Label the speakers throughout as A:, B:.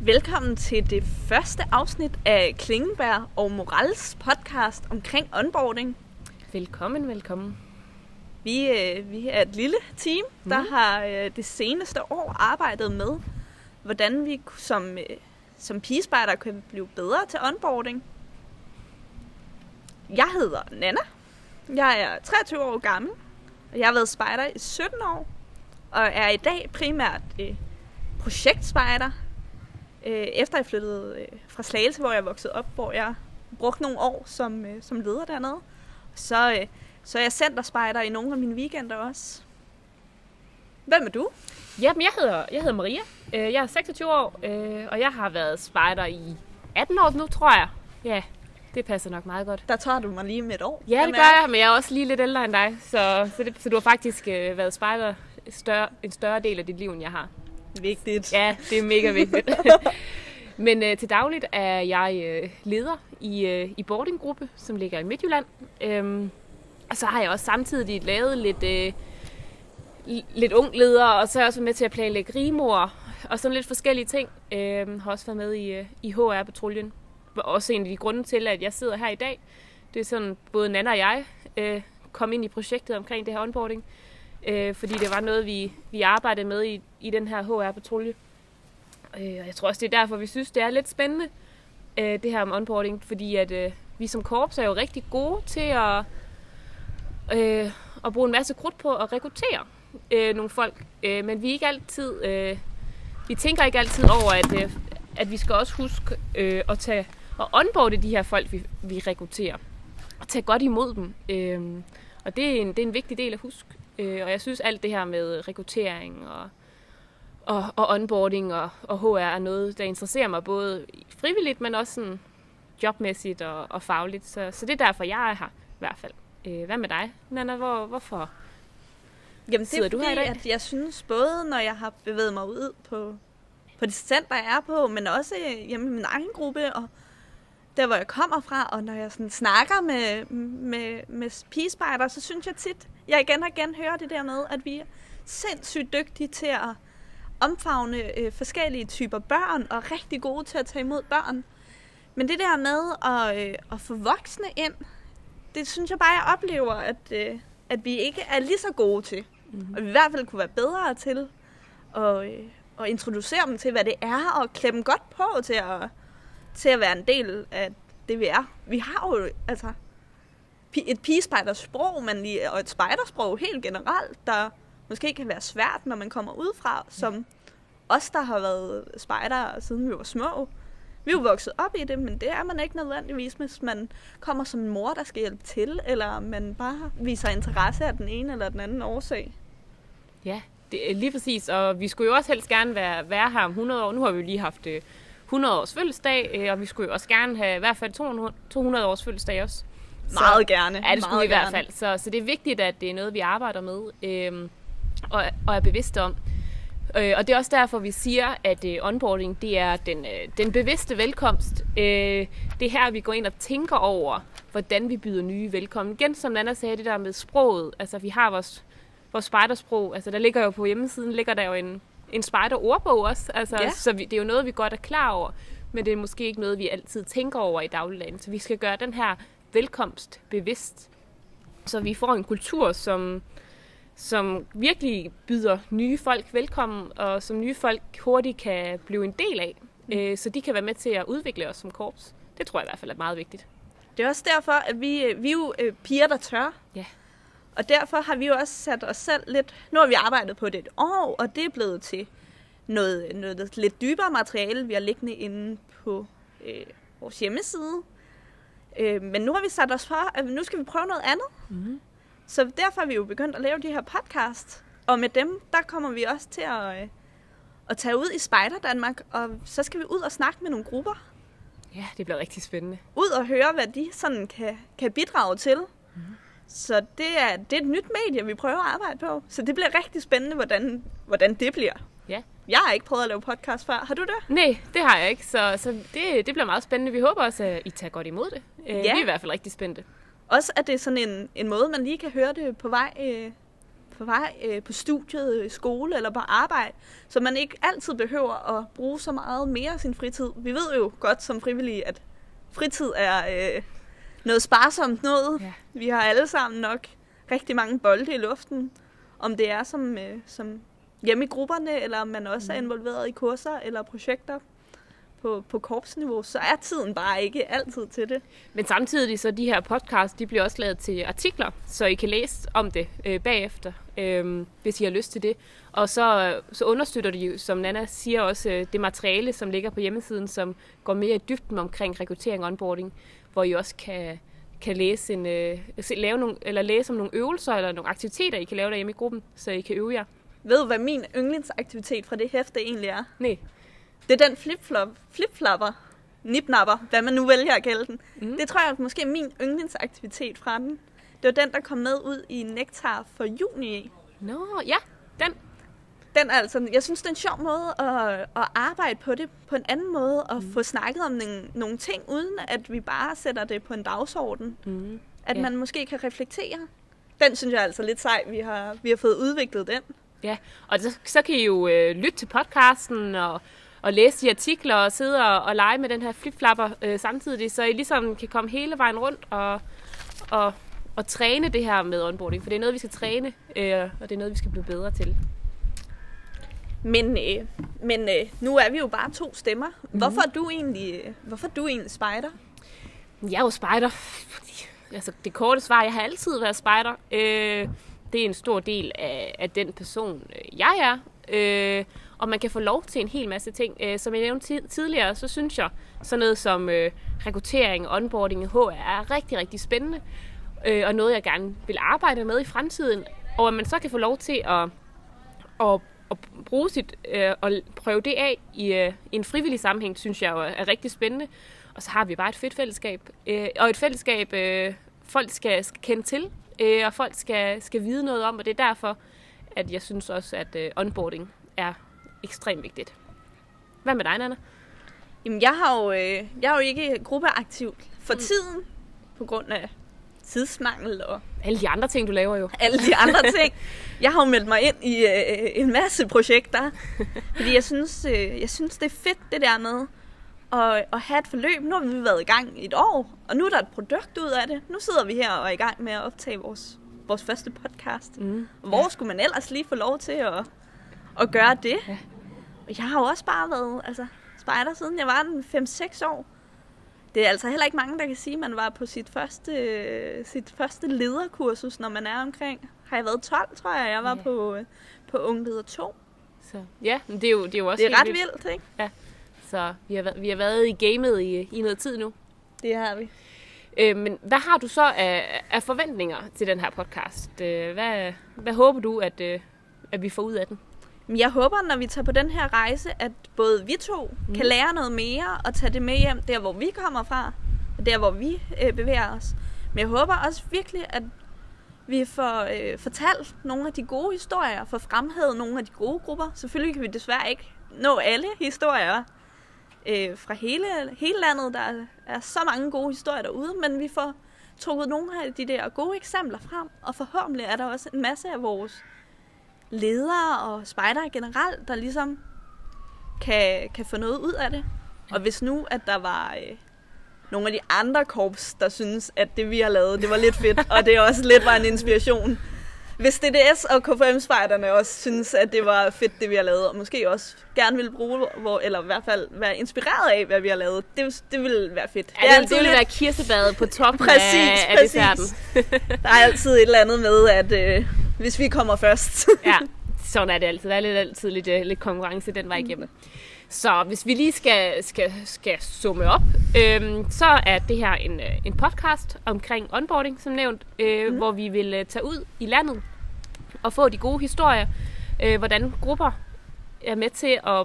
A: Velkommen til det første afsnit af Klingenberg og Morals podcast omkring onboarding.
B: Velkommen.
A: Vi er et lille team, der har det seneste år arbejdet med, hvordan vi som pigespejder kan blive bedre til onboarding. Jeg hedder Nana. Jeg er 23 år gammel, og jeg har været spejder i 17 år, og er i dag primært projektspejder. Efter jeg flyttede fra Slagelse, hvor jeg voksede op, hvor jeg brugte nogle år som leder dernede, så er jeg centerspejder i nogle af mine weekender også. Hvem er du?
B: Jamen, jeg hedder Maria. Jeg er 26 år, og jeg har været spejder i 18 år nu, tror jeg. Ja, det passer nok meget godt.
A: Der tager du mig lige med et år.
B: Ja, det gør jeg, men jeg er også lige lidt ældre end dig, så du har faktisk været spejder en større del af dit liv, end jeg har.
A: Vigtigt.
B: Ja, det er mega vigtigt. Men til dagligt er jeg leder i boardinggruppe, som ligger i Midtjylland. Og så har jeg også samtidig lavet lidt ung leder, og så er jeg også med til at planlægge rimor og sådan lidt forskellige ting. Har også været med i HR-patruljen. Også en af de grunde til, at jeg sidder her i dag. Det er sådan, både Nana og jeg kom ind i projektet omkring det her onboarding. Fordi det var noget, vi arbejdede med i den her HR-patrulje. Og jeg tror også, det er derfor, vi synes, det er lidt spændende, det her om onboarding. Fordi at vi som korps er jo rigtig gode til at bruge en masse krudt på at rekruttere nogle folk. Men vi tænker ikke altid over, at vi skal også huske at onboarde de her folk, vi rekrutterer. Og tage godt imod dem. Og det er en vigtig del at huske. Og jeg synes, alt det her med rekruttering og onboarding og HR er noget, der interesserer mig både frivilligt, men også sådan jobmæssigt og fagligt. Så det er derfor, jeg er her i hvert fald. Hvad med dig, Nana? Hvorfor
A: sidder du her i dag? At jeg synes både, når jeg har bevæget mig ud på det center, jeg er på, men også hjemme i min egen gruppe, og der, hvor jeg kommer fra, og når jeg sådan snakker med pigespejder, så synes jeg tit, jeg igen og igen hører det der med, at vi er sindssygt dygtige til at omfavne forskellige typer børn, og rigtig gode til at tage imod børn. Men det der med at få voksne ind, det synes jeg bare, jeg oplever, at vi ikke er lige så gode til. Mm-hmm. Og vi i hvert fald kunne være bedre til at introducere dem til, hvad det er, og klæde dem godt på til at være en del af det, vi er. Vi har jo altså et pigespejdersprog, og et spejdersprog helt generelt, der måske kan være svært, når man kommer udefra, som os, der har været spejdere, siden vi var små. Vi er jo vokset op i det, men det er man ikke nødvendigvis, hvis man kommer som en mor, der skal hjælpe til, eller man bare viser interesse af den ene eller den anden årsag.
B: Ja, det er lige præcis, og vi skulle jo også helst gerne være her om 100 år. Nu har vi jo lige haft 100 års fødselsdag, og vi skulle jo også gerne have i hvert fald 200 års fødselsdag også.
A: Meget gerne.
B: Ja, det skulle vi i hvert fald. Så det er vigtigt, at det er noget, vi arbejder med og er bevidste om. Og det er også derfor, vi siger, at onboarding, det er den bevidste velkomst. Det er her, vi går ind og tænker over, hvordan vi byder nye velkommen. Igen, som Nana sagde, det der med sproget. Altså, vi har vores spejdersprog. Altså, der ligger jo på hjemmesiden, ligger der jo en spejderordbog også. Altså, ja. Så det er jo noget, vi godt er klar over, men det er måske ikke noget, vi altid tænker over i dagligdagen. Så vi skal gøre den her velkomst bevidst, så vi får en kultur, som virkelig byder nye folk velkommen, og som nye folk hurtigt kan blive en del af, så de kan være med til at udvikle os som korps. Det tror jeg i hvert fald er meget vigtigt. Det
A: er også derfor, at vi er jo piger, der tør.
B: Ja.
A: Og derfor har vi jo også sat os selv lidt... Nu har vi arbejdet på det et år, og det er blevet til noget lidt dybere materiale, vi har liggende inde på vores hjemmeside. Men nu har vi sat os for, at nu skal vi prøve noget andet. Mm-hmm. Så derfor er vi jo begyndt at lave de her podcast. Og med dem, der kommer vi også til at tage ud i Spejder Danmark, og så skal vi ud og snakke med nogle grupper.
B: Ja, det bliver rigtig spændende.
A: Ud og høre, hvad de sådan kan bidrage til. Mm-hmm. Så det er et nyt medie, vi prøver at arbejde på. Så det bliver rigtig spændende, hvordan det bliver.
B: Ja.
A: Jeg har ikke prøvet at lave podcast før. Har du det?
B: Nej, det har jeg ikke. Så det bliver meget spændende. Vi håber også, at I tager godt imod det. Ja. Vi er i hvert fald rigtig spændte.
A: Også at det er sådan en måde, man lige kan høre det på på vej på studiet, skole eller på arbejde, så man ikke altid behøver at bruge så meget mere af sin fritid. Vi ved jo godt som frivillige, at fritid er noget sparsomt noget. Ja. Vi har alle sammen nok rigtig mange bolde i luften, om det er som hjemme i grupperne, eller om man også er involveret i kurser eller projekter på korpsniveau, så er tiden bare ikke altid til det.
B: Men samtidig så de her podcasts, de bliver også lavet til artikler, så I kan læse om det bagefter, hvis I har lyst til det. Og så understøtter de jo, som Nanna siger, også det materiale, som ligger på hjemmesiden, som går mere i dybden omkring rekruttering og onboarding, hvor I også kan læse læse om nogle øvelser eller nogle aktiviteter, I kan lave derhjemme i gruppen, så I kan øve jer.
A: Ved du, hvad min yndlingsaktivitet fra det hæfte egentlig er?
B: Nej.
A: Det er den flip-flapper, nipnapper, hvad man nu vælger at kalde den. Det tror jeg måske er min yndlingsaktivitet fra den. Det var den, der kom med ud i Nektar for juni.
B: Nå, ja, den.
A: Den er altså, jeg synes, det er en sjov måde at arbejde på det på en anden måde, og få snakket om nogle ting, uden at vi bare sætter det på en dagsorden. At man måske kan reflektere. Den synes jeg er altså lidt sej, vi har fået udviklet den.
B: Ja, og så kan I jo lytte til podcasten og læse de artikler og sidde og lege med den her flip-flapper samtidig, så I ligesom kan komme hele vejen rundt og træne det her med onboarding, for det er noget, vi skal træne, og det er noget, vi skal blive bedre til.
A: Men nu er vi jo bare 2 stemmer. Hvorfor er du egentlig spejder?
B: Jeg er jo spejder. Altså, det korte svar, jeg har altid været spejder. Det er en stor del af den person, jeg er. Og man kan få lov til en hel masse ting. Som jeg nævnte tidligere, så synes jeg, sådan noget som rekruttering og onboarding i HR er rigtig, rigtig spændende. Og noget, jeg gerne vil arbejde med i fremtiden. Og at man så kan få lov til at bruge og prøve det af i en frivillig sammenhæng, synes jeg jo er rigtig spændende. Og så har vi bare et fedt fællesskab. Og et fællesskab, folk skal kende til, og folk skal vide noget om, og det er derfor, at jeg synes også, at onboarding er ekstremt vigtigt. Hvad med dig, Nanna?
A: Jamen, jeg er jo ikke gruppeaktiv for tiden, på grund af tidsmangel og
B: alle de andre ting, du laver jo.
A: Alle de andre ting. Jeg har jo meldt mig ind i en masse projekter, fordi jeg synes, det er fedt, det der med at have et forløb. Nu har vi været i gang i et år, og nu er der et produkt ud af det. Nu sidder vi her og er i gang med at optage vores første podcast. Hvor skulle man ellers lige få lov til at gøre det? Ja. Og jeg har jo også bare været spejder, siden jeg var 5-6 år. Det er altså heller ikke mange, der kan sige, at man var på sit første lederkursus, når man er omkring. Har jeg været 12, tror jeg. Jeg var på Ungleder 2.
B: Så, ja, det er jo også
A: det er ret vildt, ikke?
B: Ja. Så vi har været i gamet i noget tid nu.
A: Det har vi.
B: Men hvad har du så af forventninger til den her podcast? Hvad håber du, at vi får ud af den?
A: Jeg håber, når vi tager på den her rejse, at både vi to kan lære noget mere og tage det med hjem, der hvor vi kommer fra, og der hvor vi bevæger os. Men jeg håber også virkelig, at vi får fortalt nogle af de gode historier, får fremhævet nogle af de gode grupper. Selvfølgelig kan vi desværre ikke nå alle historier fra hele landet. Der er så mange gode historier derude, men vi får trukket nogle af de der gode eksempler frem, og forhåbentlig er der også en masse af vores ledere og spejdere generelt, der ligesom kan få noget ud af det. Og hvis nu, at der var nogle af de andre korps, der synes, at det vi har lavet, det var lidt fedt, og det også lidt var en inspiration. Hvis DDS og KFM-spejderne også synes, at det var fedt, det vi har lavet, og måske også gerne vil bruge, eller i hvert fald være inspireret af, hvad vi har lavet, det ville være fedt.
B: Ja, det ville være kirsebadet på toppen af desserten.
A: Der er altid et eller andet med, at hvis vi kommer først.
B: Ja, sådan er det altid. Der er altid lidt konkurrence den vej igennem. Så hvis vi lige skal summe op, så er det her en podcast omkring onboarding, som nævnt, hvor vi vil tage ud i landet og få de gode historier, hvordan grupper er med til at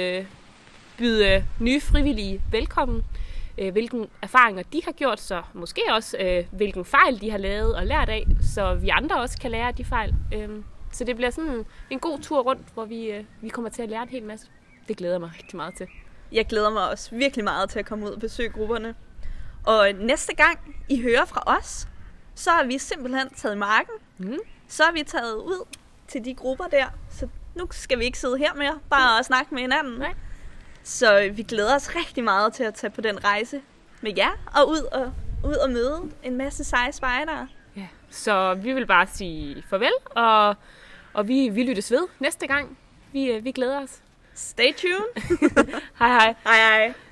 B: byde nye frivillige velkommen, hvilke erfaringer de har gjort, så måske også hvilken fejl de har lavet og lært af, så vi andre også kan lære af de fejl. Så det bliver sådan en god tur rundt, hvor vi kommer til at lære en hel masse. Det glæder mig rigtig meget til.
A: Jeg glæder mig også virkelig meget til at komme ud og besøge grupperne. Og næste gang I hører fra os, så har vi simpelthen taget marken. Så er vi taget ud til de grupper der. Så nu skal vi ikke sidde her mere, bare og snakke med hinanden.
B: Nej.
A: Så vi glæder os rigtig meget til at tage på den rejse med jer, og ud og møde en masse seje spejdere.
B: Ja. Så vi vil bare sige farvel, og vi lyttes ved næste gang. Vi glæder os.
A: Stay tuned.
B: Hej hej.
A: Hej hej.